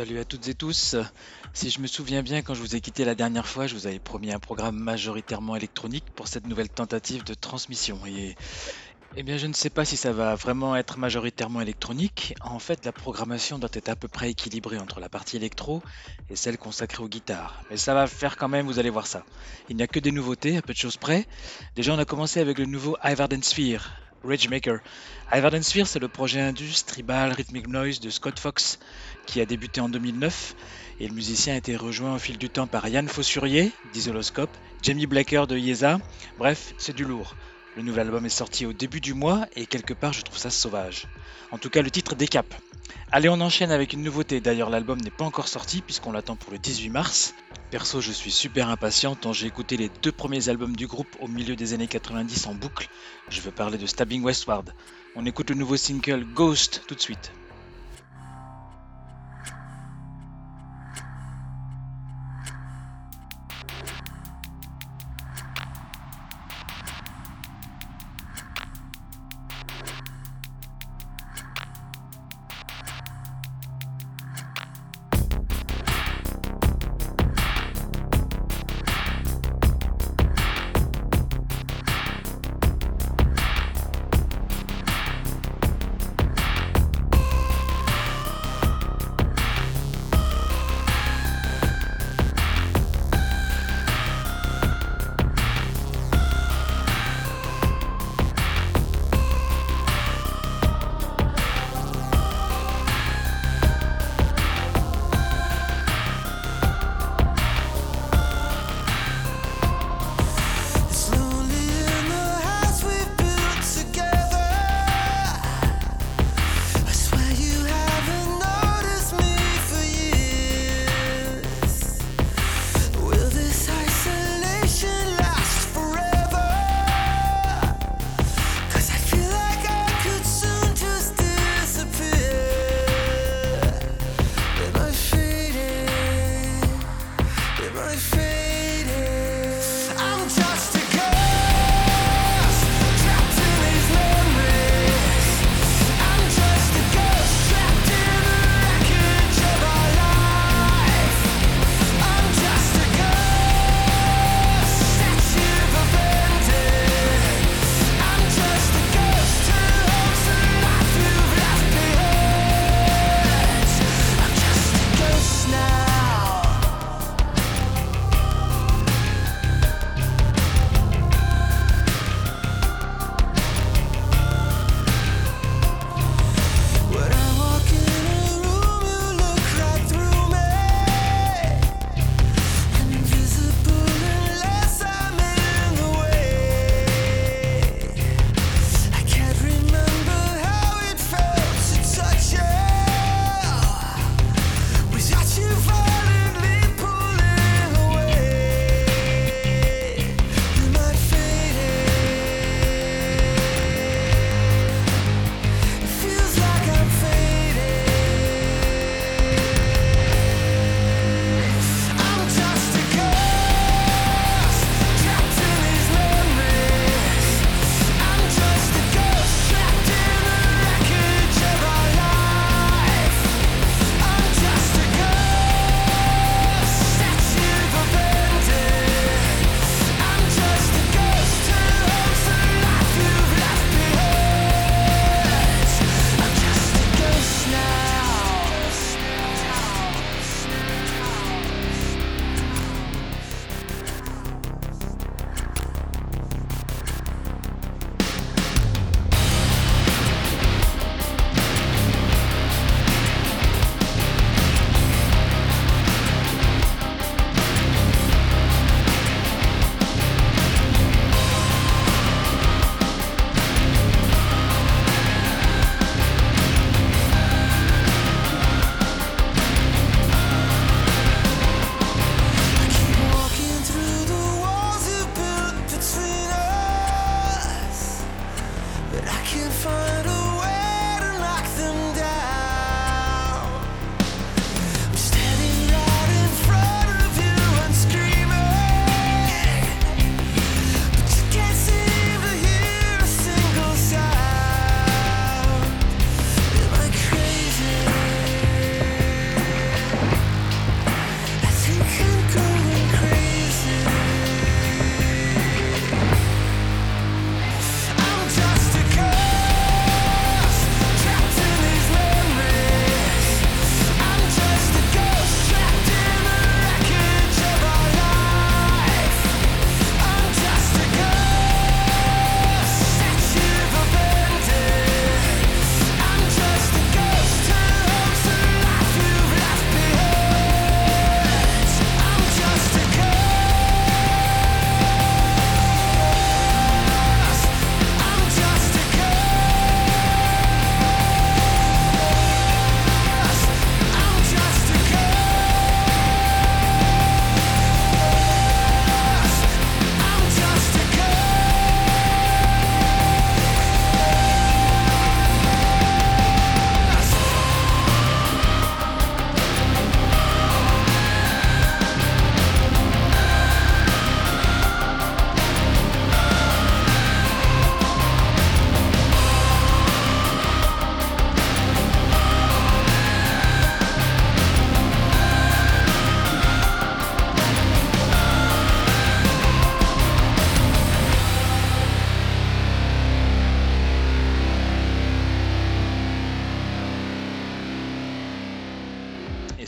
Salut à toutes et tous. Si je me souviens bien, quand je vous ai quitté la dernière fois, je vous avais promis un programme majoritairement électronique pour cette nouvelle tentative de transmission. Eh bien, je ne sais pas si ça va vraiment être majoritairement électronique. En fait, la programmation doit être à peu près équilibrée entre la partie électro et celle consacrée aux guitares. Mais ça va faire quand même, vous allez voir ça. Il n'y a que des nouveautés, à peu de choses près. Déjà, on a commencé avec le nouveau Ivarden Sphere, Ragemaker. Ivarden Sphere, c'est le projet indus tribal Rhythmic Noise de Scott Fox qui a débuté en 2009. Et le musicien a été rejoint au fil du temps par Yann Fossurier d'Isoloscope, Jamie Blaker de Yeza. Bref, c'est du lourd. Le nouvel album est sorti au début du mois et quelque part je trouve ça sauvage. En tout cas le titre décape. Allez, on enchaîne avec une nouveauté. D'ailleurs l'album n'est pas encore sorti puisqu'on l'attend pour le 18 mars. Perso, je suis super impatient tant j'ai écouté les deux premiers albums du groupe au milieu des années 90 en boucle. Je veux parler de Stabbing Westward. On écoute le nouveau single Ghost tout de suite.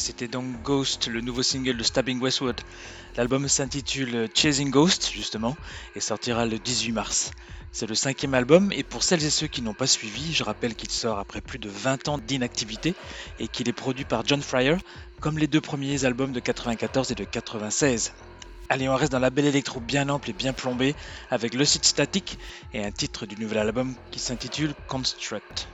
c'était donc Ghost, le nouveau single de Stabbing Westward. L'album s'intitule Chasing Ghost, justement, et sortira le 18 mars. C'est le 5e album, et pour celles et ceux qui n'ont pas suivi, je rappelle qu'il sort après plus de 20 ans d'inactivité, et qu'il est produit par John Fryer, comme les 2 premiers albums de 94 et de 96. Allez, on reste dans la belle électro bien ample et bien plombée, avec Lucid Static, et un titre du nouvel album qui s'intitule Construct.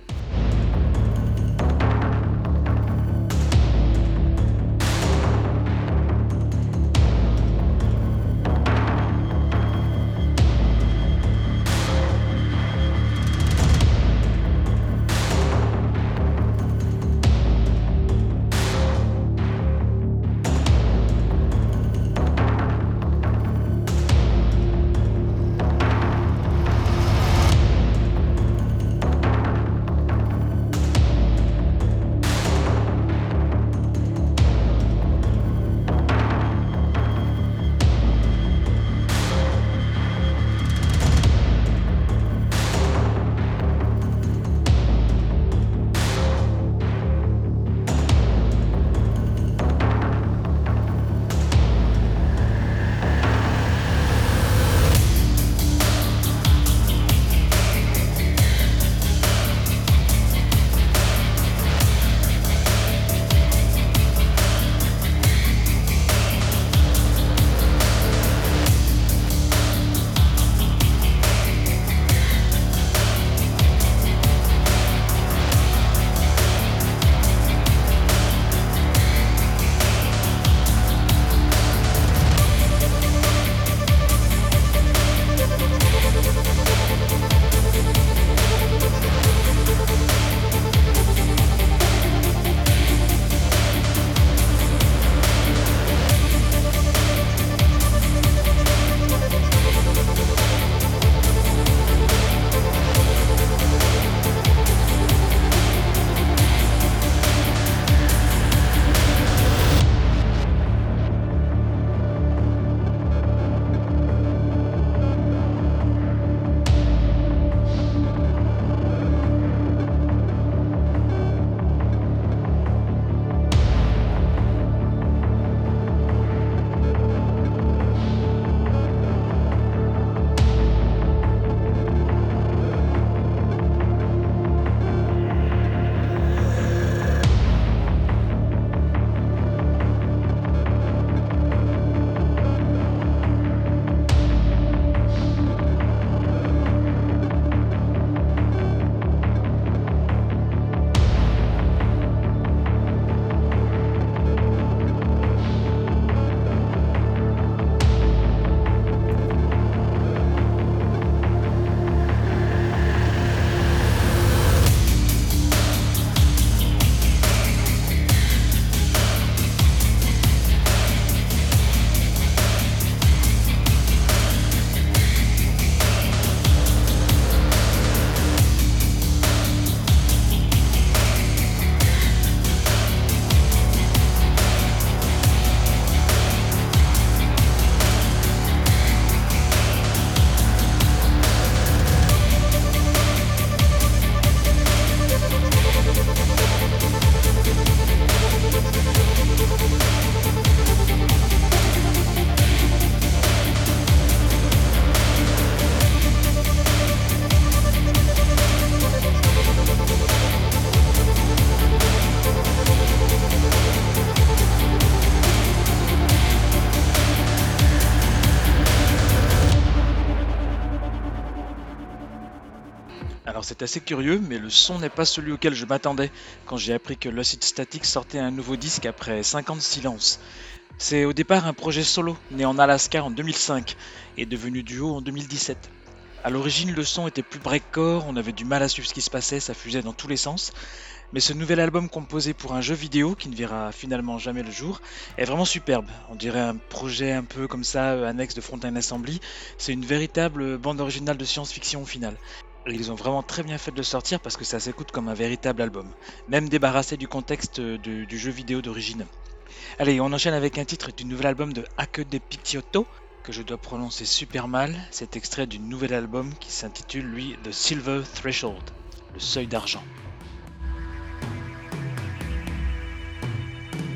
Alors c'est assez curieux, mais le son n'est pas celui auquel je m'attendais quand j'ai appris que Lucid Static sortait un nouveau disque après 5 ans de silence. C'est au départ un projet solo, né en Alaska en 2005 et devenu duo en 2017. À l'origine, le son était plus breakcore, on avait du mal à suivre ce qui se passait, ça fusait dans tous les sens. Mais ce nouvel album composé pour un jeu vidéo qui ne verra finalement jamais le jour est vraiment superbe. On dirait un projet un peu comme ça, annexe de Frontline Assembly. C'est une véritable bande originale de science-fiction au final. Et ils ont vraiment très bien fait de le sortir parce que ça s'écoute comme un véritable album, même débarrassé du contexte du jeu vidéo d'origine. Allez, on enchaîne avec un titre du nouvel album de Hake de Picciotto, que je dois prononcer super mal. C'est extrait du nouvel album qui s'intitule lui The Silver Threshold, le seuil d'argent.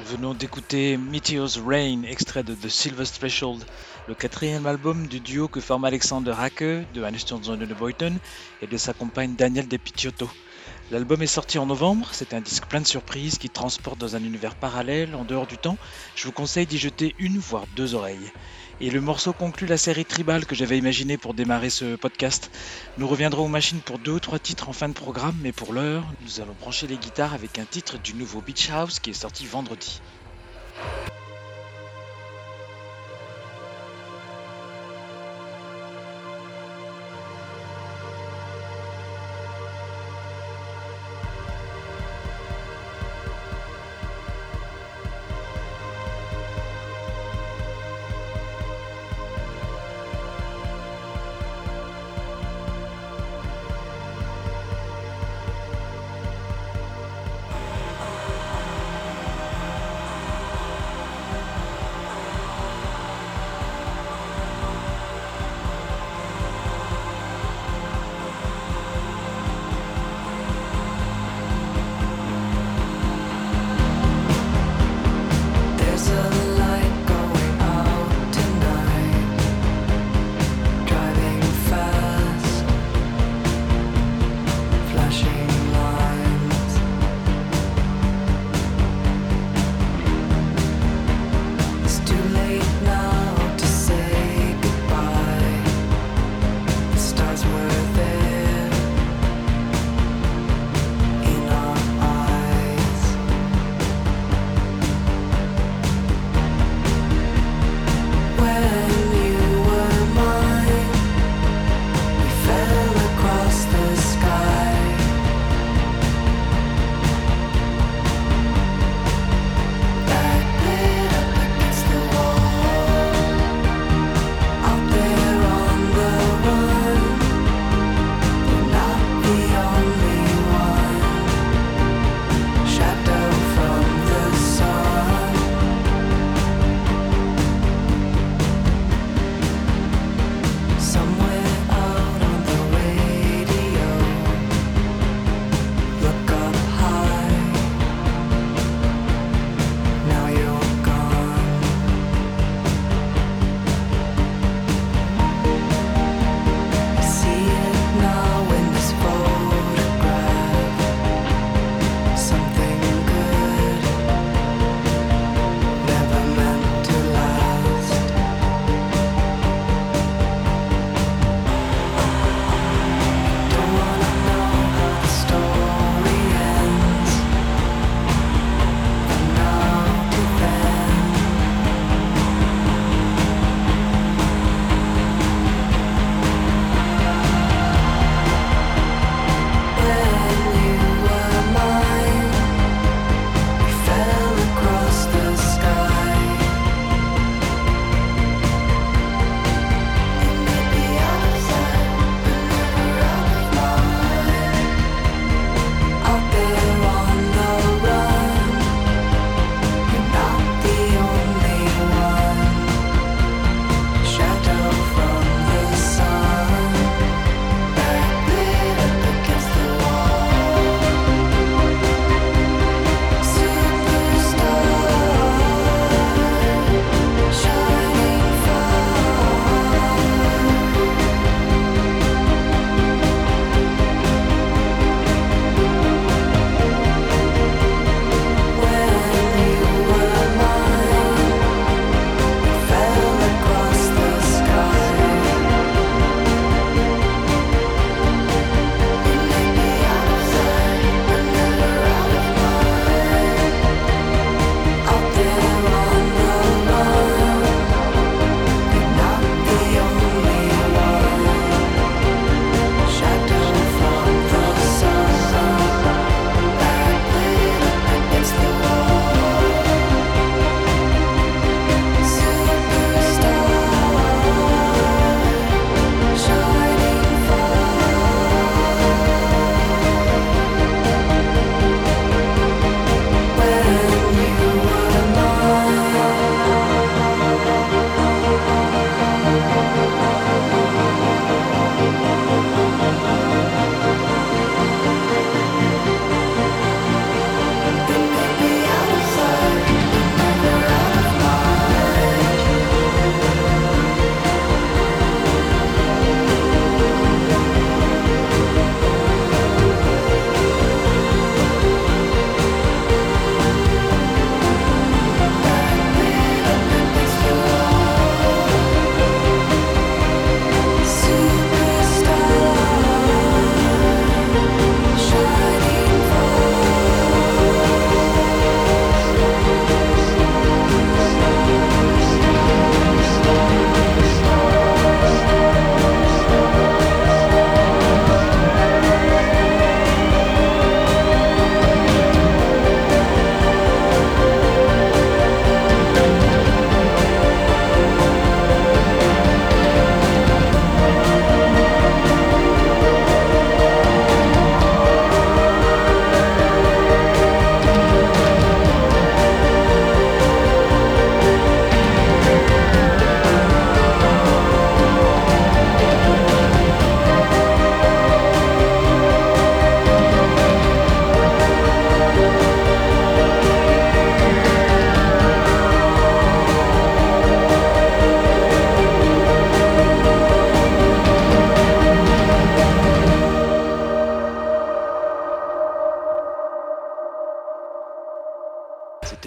venons d'écouter Meteor's Rain, extrait de The Silver Threshold, le quatrième album du duo que forment Alexander Hake de Einstürzende Beuten et de sa compagne Danielle De Picciotto. L'album est sorti en novembre, c'est un disque plein de surprises qui transporte dans un univers parallèle, en dehors du temps. Je vous conseille d'y jeter une voire deux oreilles. Et le morceau conclut la série tribale que j'avais imaginée pour démarrer ce podcast. Nous reviendrons aux machines pour 2 ou 3 titres en fin de programme, mais pour l'heure, nous allons brancher les guitares avec un titre du nouveau Beach House qui est sorti vendredi.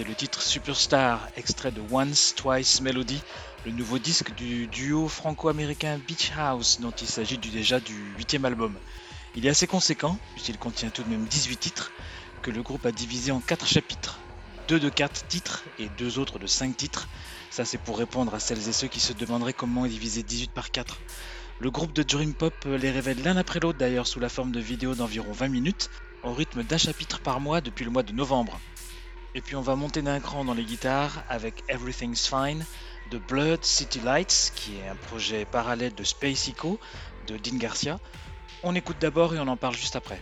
c'était le titre Superstar, extrait de Once Twice Melody, le nouveau disque du duo franco-américain Beach House, dont il s'agit déjà du 8e album. Il est assez conséquent, puisqu'il contient tout de même 18 titres, que le groupe a divisé en 4 chapitres. 2 de 4 titres et 2 autres de 5 titres. Ça c'est pour répondre à celles et ceux qui se demanderaient comment diviser 18 par 4. Le groupe de Dream Pop les révèle l'un après l'autre d'ailleurs sous la forme de vidéos d'environ 20 minutes, au rythme d'un chapitre par mois depuis le mois de novembre. Et puis on va monter d'un cran dans les guitares avec Everything's Fine de Blurred City Lights, qui est un projet parallèle de Space Echo de Dean Garcia. On écoute d'abord et on en parle juste après.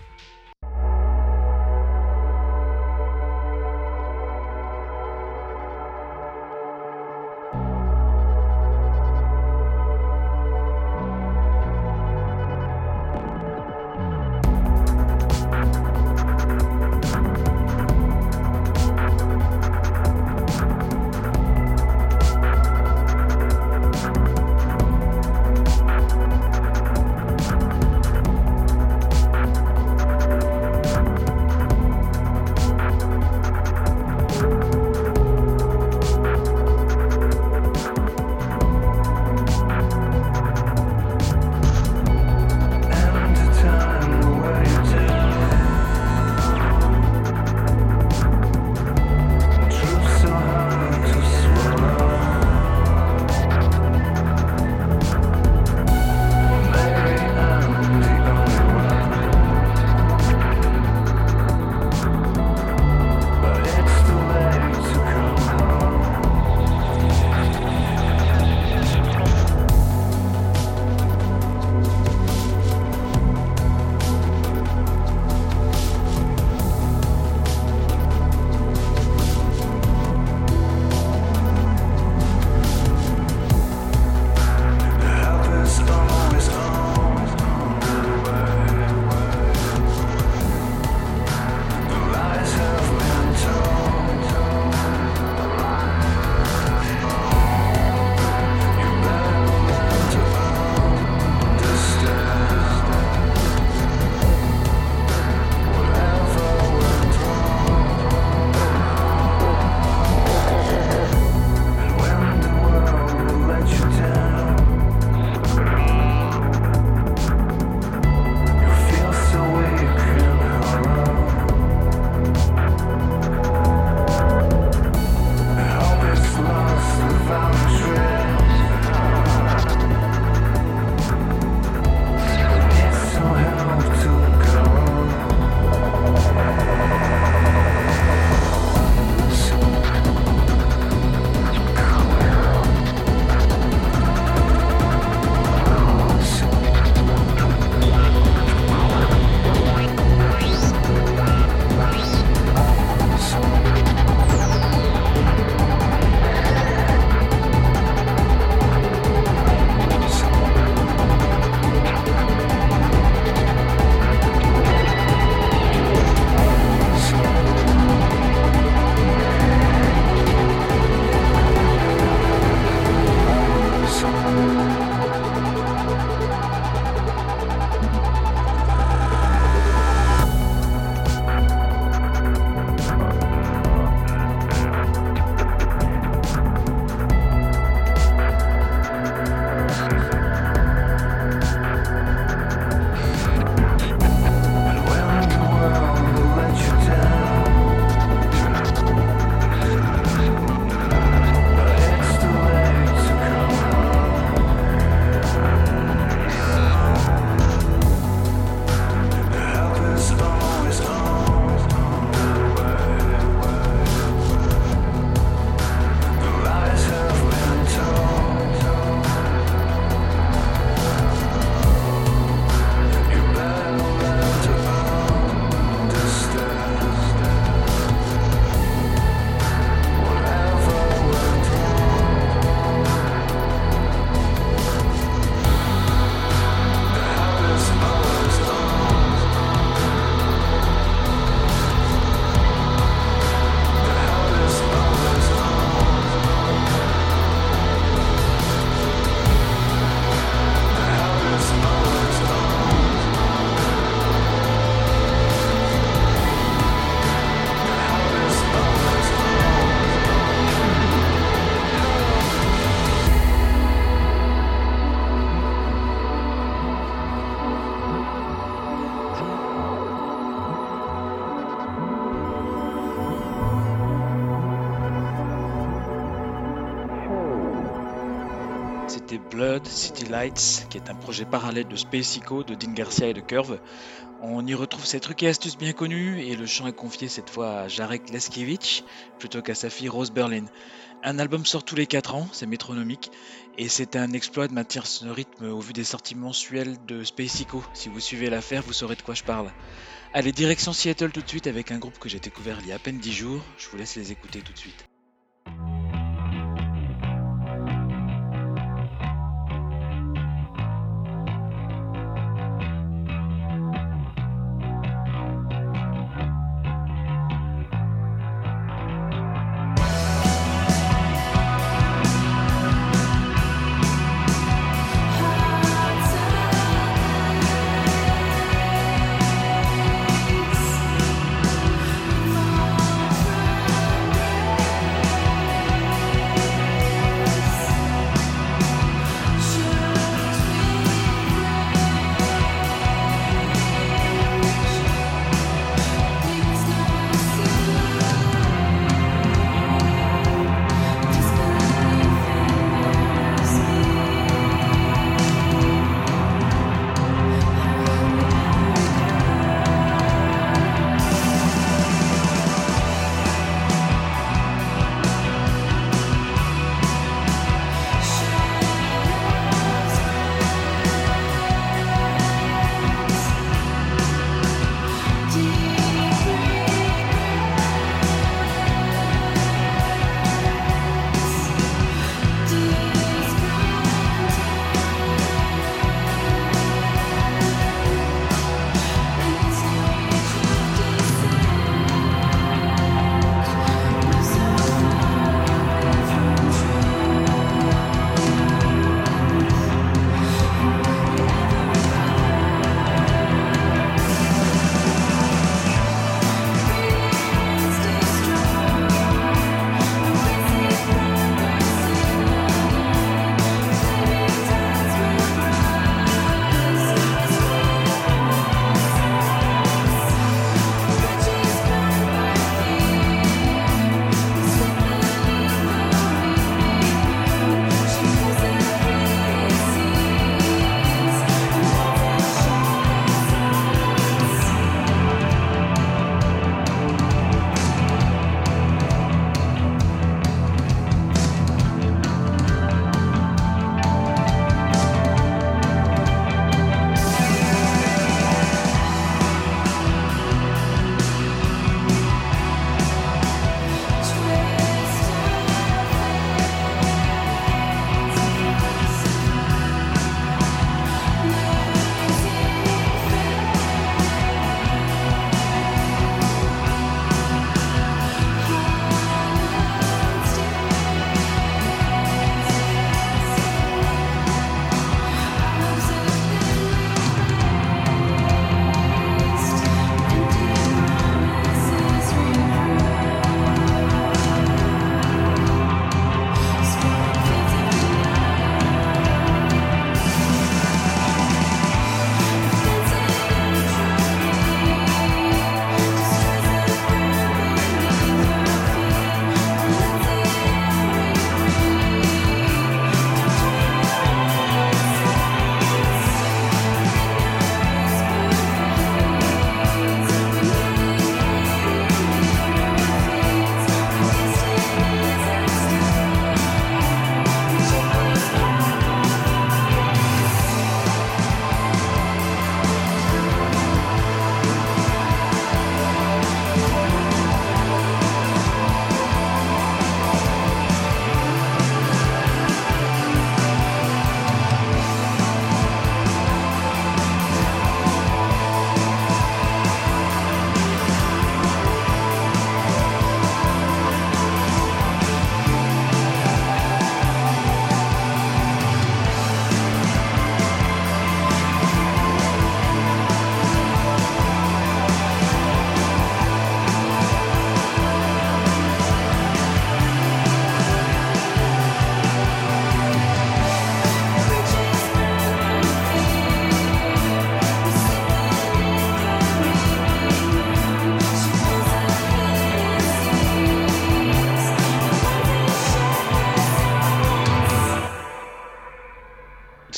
c'était Blood City Lights, qui est un projet parallèle de Space Echo de Dean Garcia et de Curve. On y retrouve ses trucs et astuces bien connus, et le chant est confié cette fois à Jarek Leskevich, plutôt qu'à sa fille Rose Berlin. Un album sort tous les 4 ans, c'est métronomique, et c'est un exploit de maintenir ce rythme au vu des sorties mensuelles de Space Echo. Si vous suivez l'affaire, vous saurez de quoi je parle. Allez, direction Seattle tout de suite avec un groupe que j'ai découvert il y a à peine 10 jours, je vous laisse les écouter tout de suite.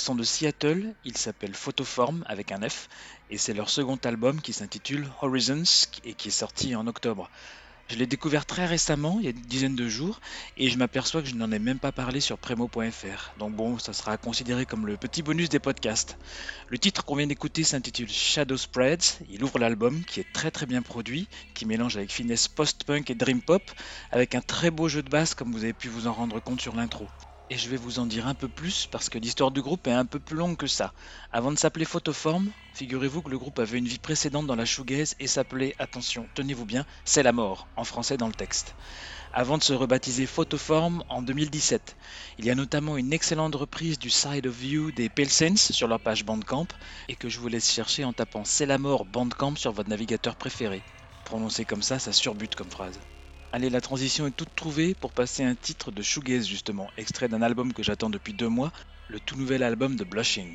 sont de Seattle, ils s'appellent Photoform avec un F, et c'est leur second album qui s'intitule Horizons et qui est sorti en octobre. Je l'ai découvert très récemment, il y a une dizaine de jours, et je m'aperçois que je n'en ai même pas parlé sur Premo.fr. Donc bon, ça sera considéré comme le petit bonus des podcasts. Le titre qu'on vient d'écouter s'intitule Shadow Spreads. Il ouvre l'album qui est très très bien produit, qui mélange avec finesse post-punk et dream pop, avec un très beau jeu de basse comme vous avez pu vous en rendre compte sur l'intro. Et je vais vous en dire un peu plus parce que l'histoire du groupe est un peu plus longue que ça. Avant de s'appeler Photoform, figurez-vous que le groupe avait une vie précédente dans la shoegaze et s'appelait, attention, tenez-vous bien, C'est la mort, en français dans le texte. Avant de se rebaptiser Photoform en 2017. Il y a notamment une excellente reprise du Side of You des Pale Saints sur leur page Bandcamp et que je vous laisse chercher en tapant C'est la mort Bandcamp sur votre navigateur préféré. Prononcé comme ça surbute comme phrase. Allez, la transition est toute trouvée pour passer un titre de shoegaze justement, extrait d'un album que j'attends depuis 2 mois, le tout nouvel album de Blushing.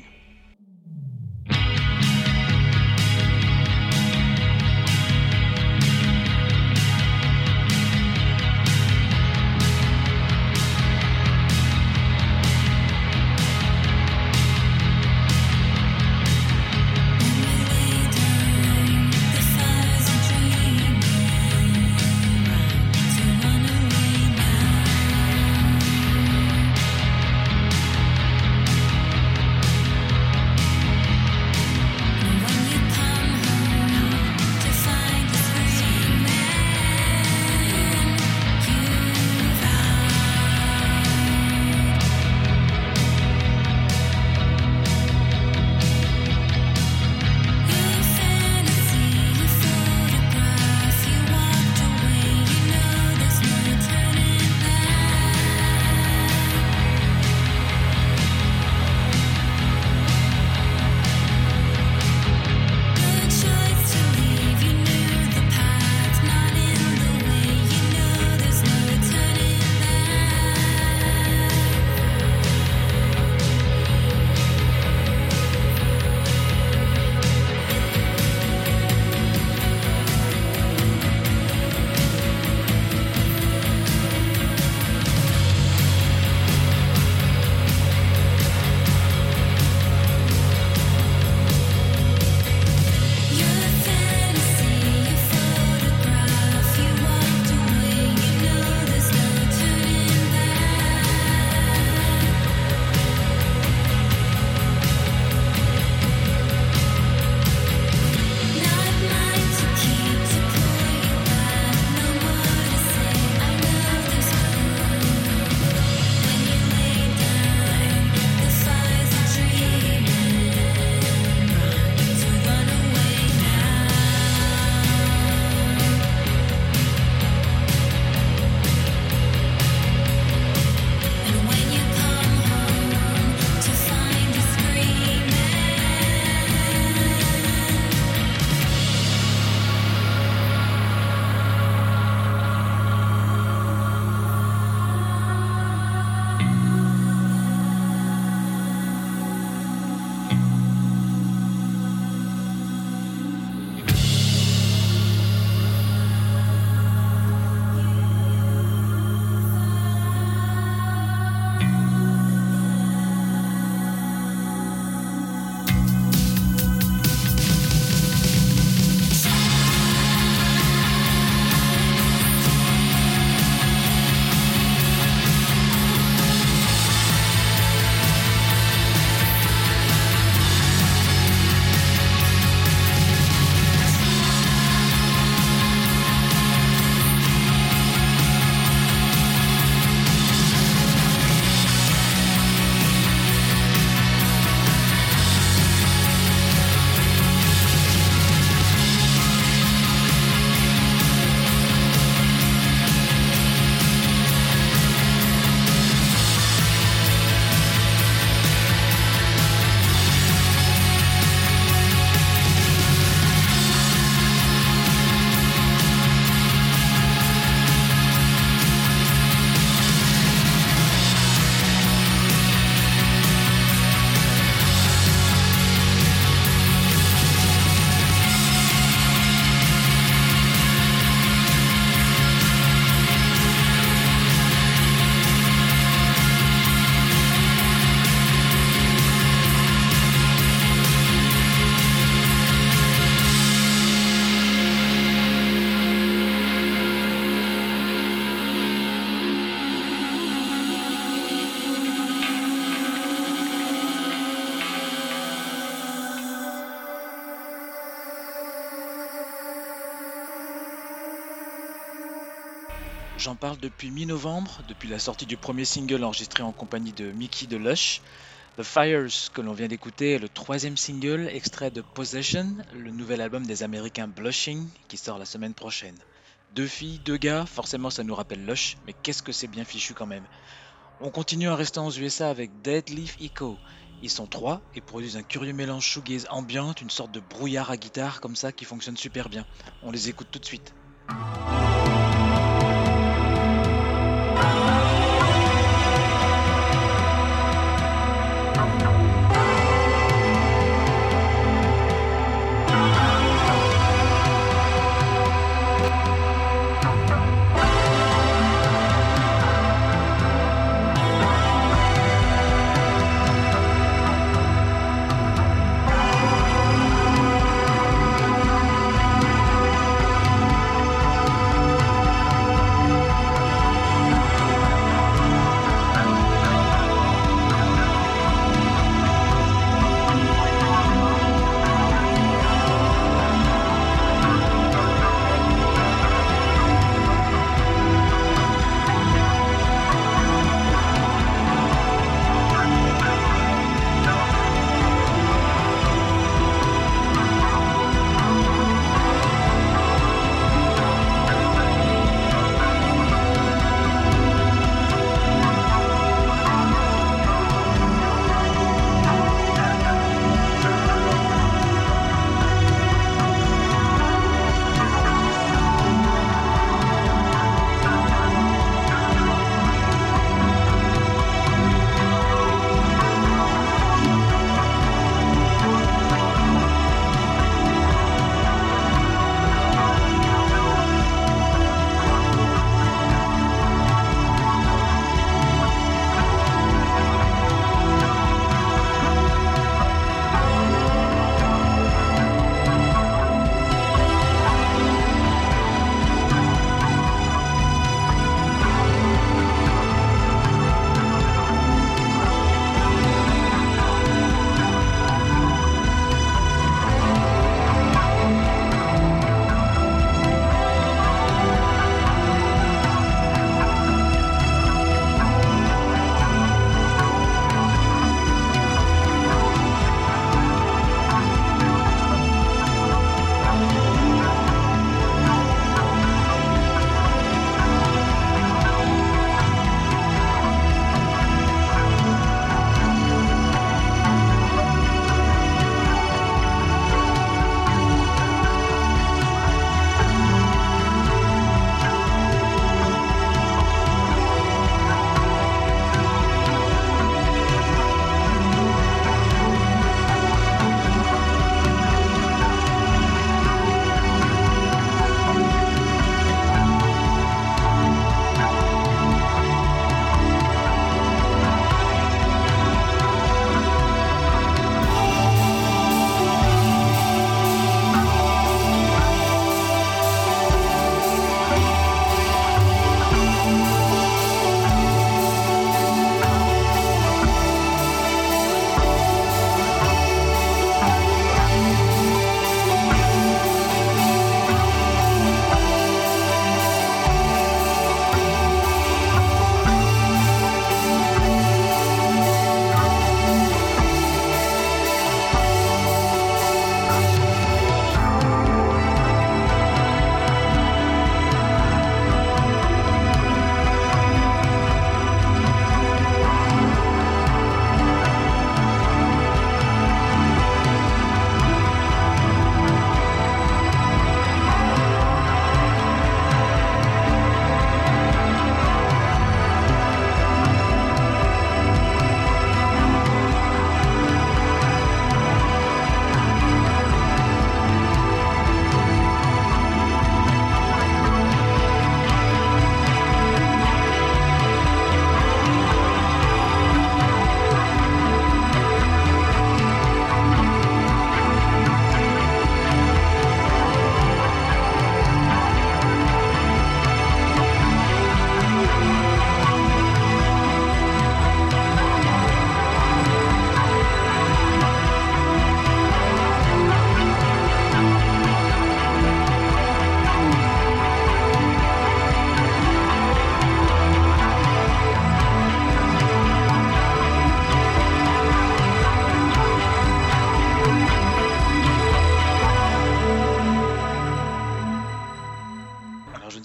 J'en parle depuis mi-novembre, depuis la sortie du premier single enregistré en compagnie de Mickey de Lush. The Fires, que l'on vient d'écouter, est le troisième single extrait de Possession, le nouvel album des Américains Blushing, qui sort la semaine prochaine. Deux filles, deux gars, forcément ça nous rappelle Lush, mais qu'est-ce que c'est bien fichu quand même. On continue à rester aux USA avec Dead Leaf Echo. Ils sont trois et produisent un curieux mélange shoegaze ambiante, une sorte de brouillard à guitare comme ça qui fonctionne super bien. On les écoute tout de suite.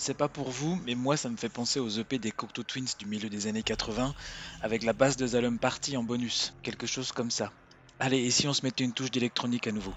sais pas pour vous, mais moi ça me fait penser aux EP des Cocteau Twins du milieu des années 80, avec la basse de Zalum Party en bonus, quelque chose comme ça. Allez, et si on se mettait une touche d'électronique à nouveau?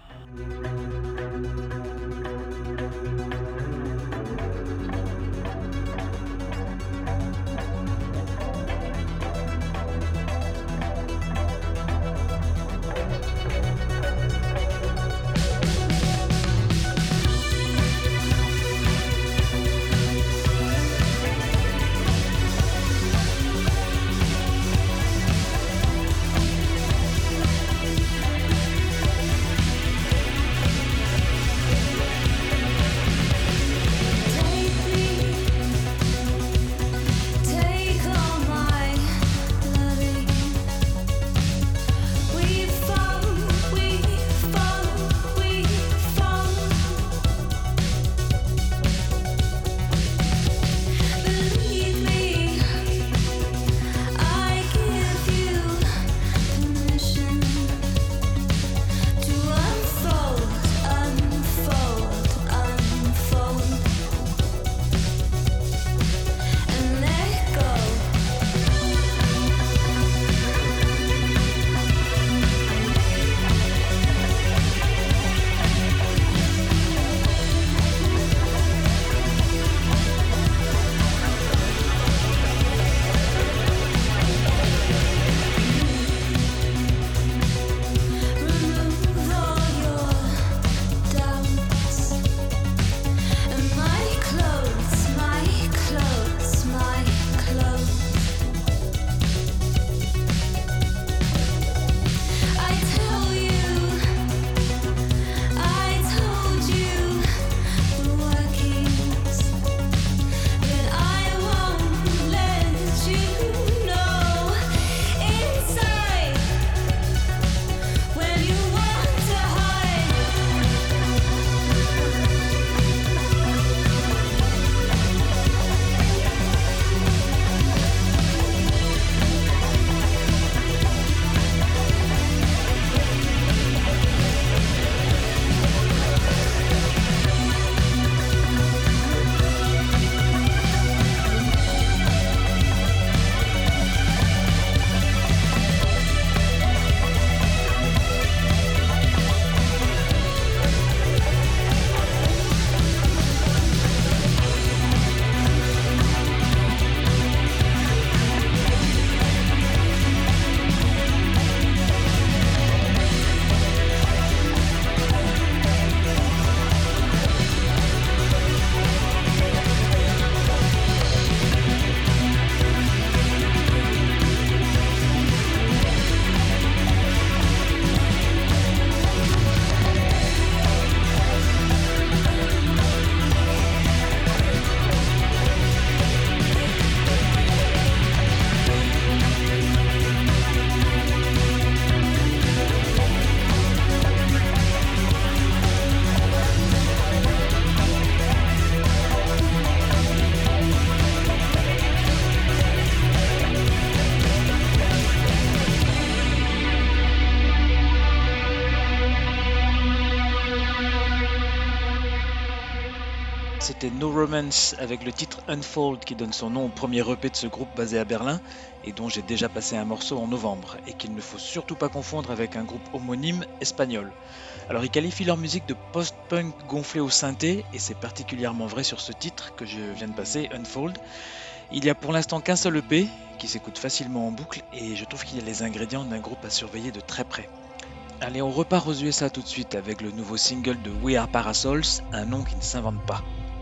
C'était No Romance avec le titre Unfold qui donne son nom au premier EP de ce groupe basé à Berlin et dont j'ai déjà passé un morceau en novembre et qu'il ne faut surtout pas confondre avec un groupe homonyme espagnol. Alors ils qualifient leur musique de post-punk gonflé au synthé et c'est particulièrement vrai sur ce titre que je viens de passer, Unfold. Il y a pour l'instant qu'un seul EP qui s'écoute facilement en boucle et je trouve qu'il y a les ingrédients d'un groupe à surveiller de très près. Allez, on repart aux USA tout de suite avec le nouveau single de We Are Parasols, un nom qui ne s'invente pas.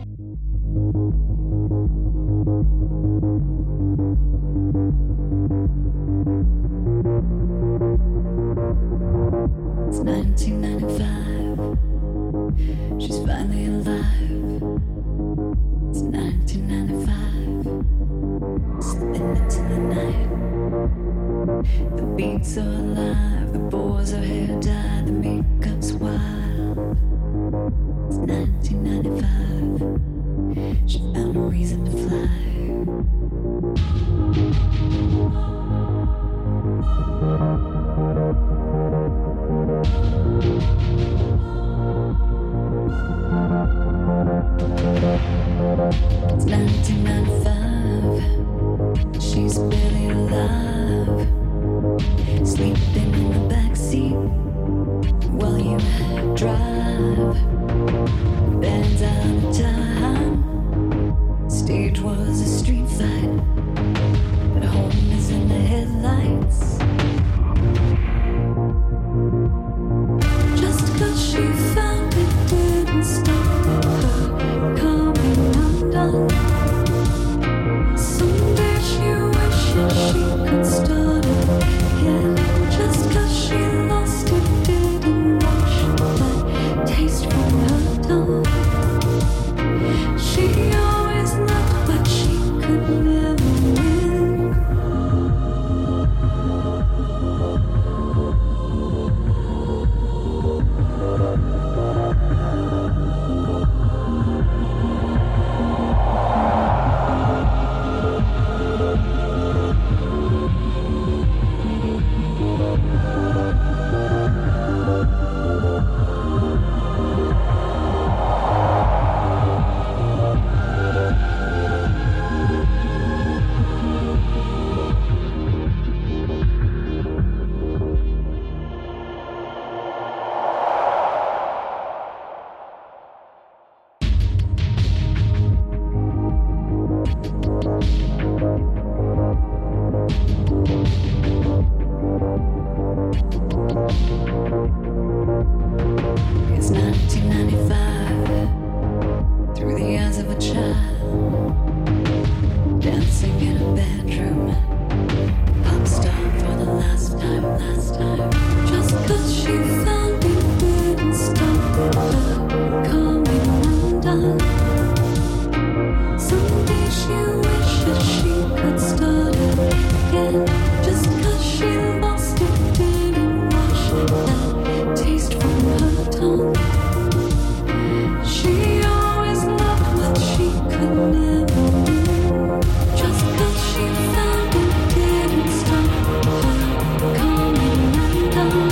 It's 1995. She's finally alive. It's 1995. Slipping into the night. The beats are alive. The boys are hair dyed. The makeup's wild. It's 1995. She found a reason to fly. bedroom. Pop star for the last time. Just 'cause she found me wouldn't stop her coming undone. Someday she wishes she could start again. Just 'cause she lost it didn't wash that taste from her tongue. She always loved what she could never win. Just 'cause she found it didn't stop her coming undone.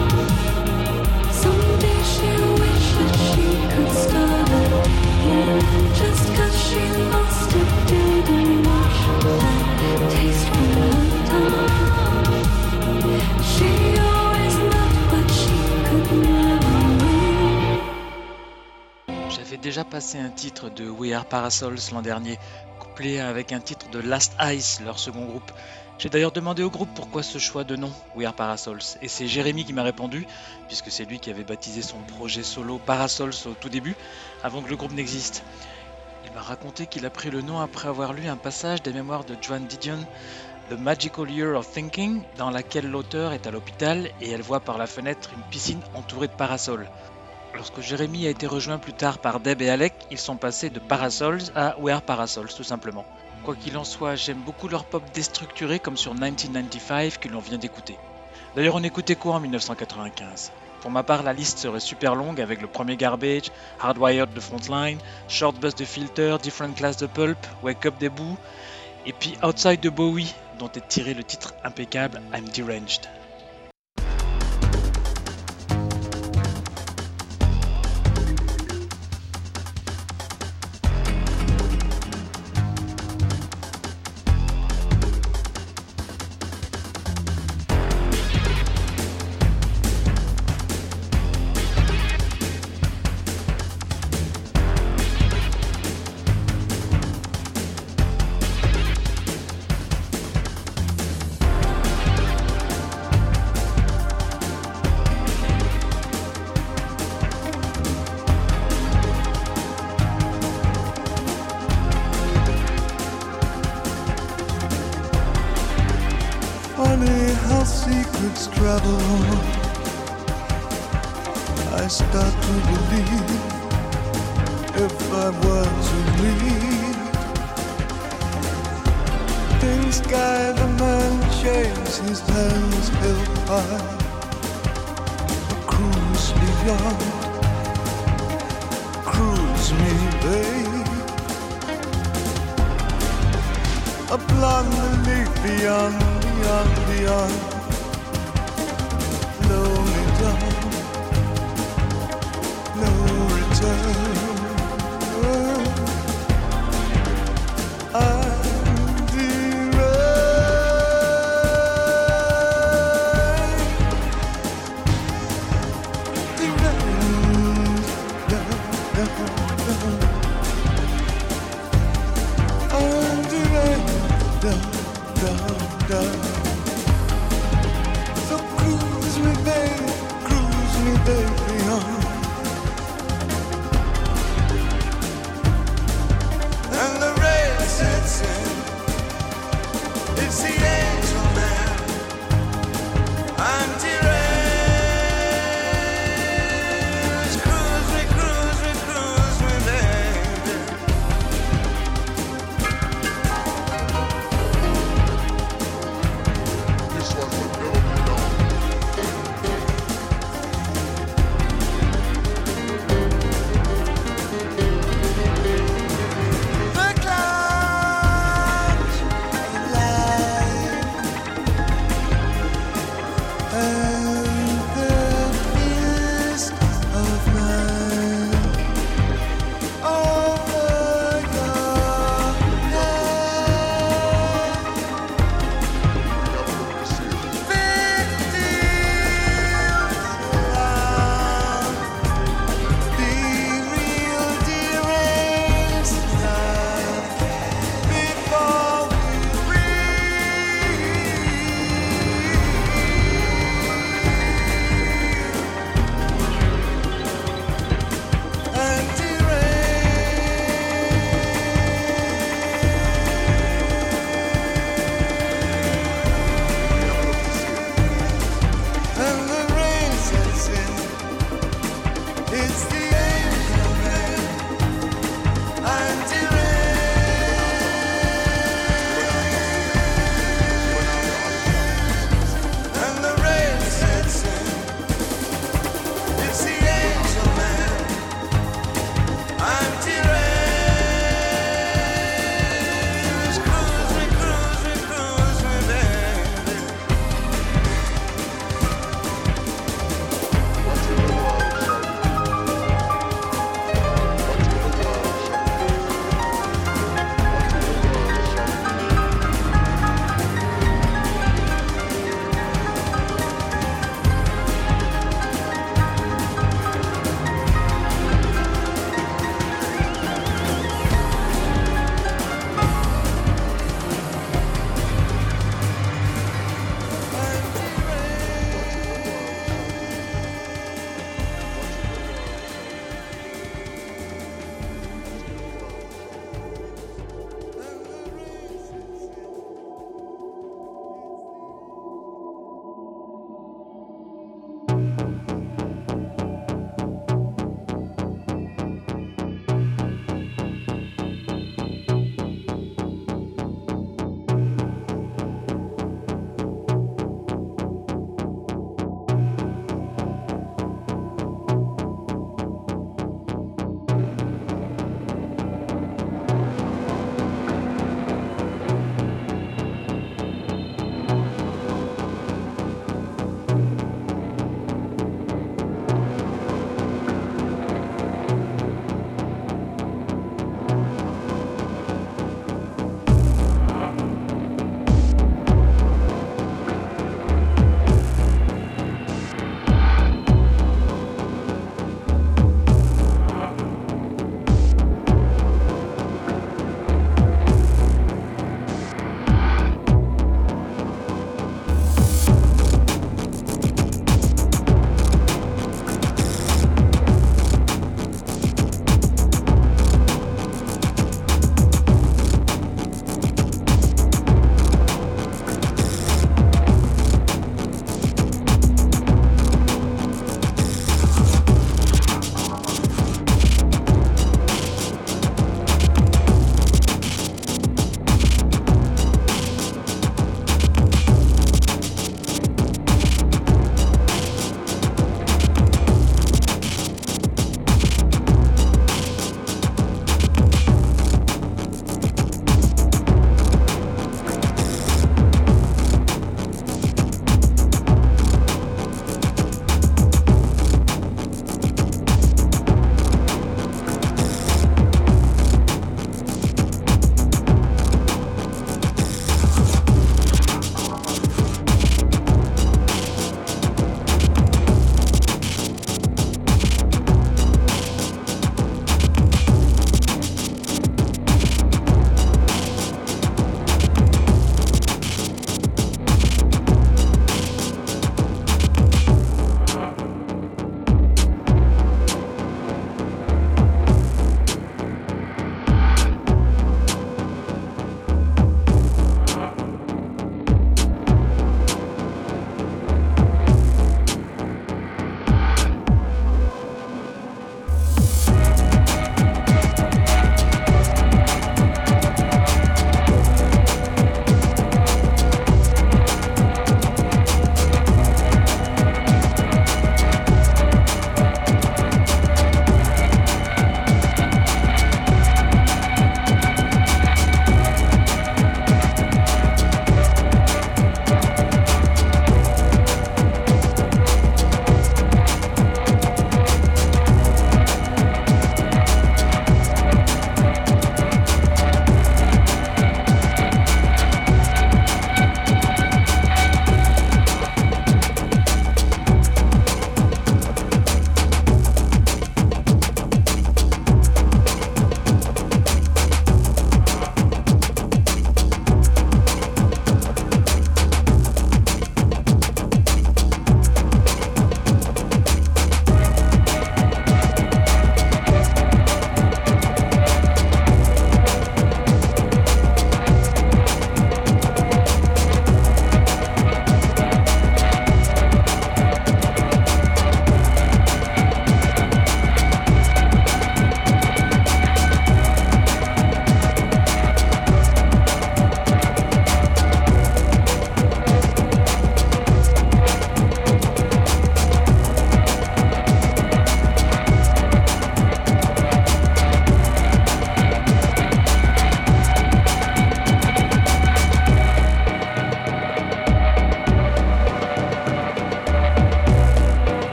Someday she wishes she could start again. Just 'cause she lost it didn't wash that taste from her tongue. She always loved what she could never win. J'avais déjà passé un titre de We Are Parasols l'an dernier, couplé avec un titre de Last Ice, leur second groupe. J'ai d'ailleurs demandé au groupe pourquoi ce choix de nom, We Are Parasols, et c'est Jérémy qui m'a répondu, puisque c'est lui qui avait baptisé son projet solo Parasols au tout début, avant que le groupe n'existe. Il m'a raconté qu'il a pris le nom après avoir lu un passage des mémoires de Joan Didion, The Magical Year of Thinking, dans laquelle l'auteur est à l'hôpital et elle voit par la fenêtre une piscine entourée de parasols. Lorsque Jérémy a été rejoint plus tard par Deb et Alec, ils sont passés de Parasols à We Are Parasols tout simplement. Quoi qu'il en soit, j'aime beaucoup leur pop déstructuré comme sur 1995 que l'on vient d'écouter. D'ailleurs, on écoutait quoi en 1995 ? Pour ma part, la liste serait super longue avec le premier Garbage, Hardwired de Frontline, Short Bus de Filter, Different Class de Pulp, Wake Up des Boo, et puis Outside de Bowie, dont est tiré le titre impeccable I'm Deranged. Funny how secrets travel. I start to believe if I were to leave, in sky the man shaves his hands held high, a cruise beyond, cruise me, babe, a blonde leaf beyond. Beyond, blow me down, no return. I'm deranged. So cruise me, baby, on. And the rain sets in. It's the angel man. I'm deranged. Cruise me, baby. This one will never be done. The clouds, the light.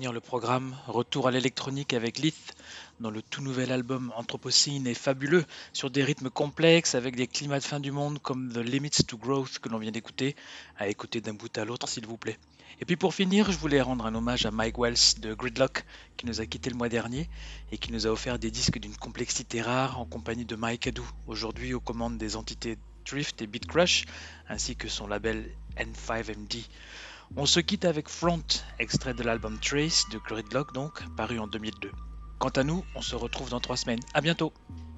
finir le programme, retour à l'électronique avec Lith, dont le tout nouvel album Anthropocene est fabuleux, sur des rythmes complexes avec des climats de fin du monde comme The Limits to Growth que l'on vient d'écouter, à écouter d'un bout à l'autre s'il vous plaît. Et puis pour finir, je voulais rendre un hommage à Mike Wells de Gridlock, qui nous a quitté le mois dernier et qui nous a offert des disques d'une complexité rare en compagnie de Mike Adou, aujourd'hui aux commandes des entités Drift et Beat Crush, ainsi que son label N5MD. On se quitte avec Front, extrait de l'album Trace de Gridlock donc, paru en 2002. Quant à nous, on se retrouve dans 3 semaines. À bientôt!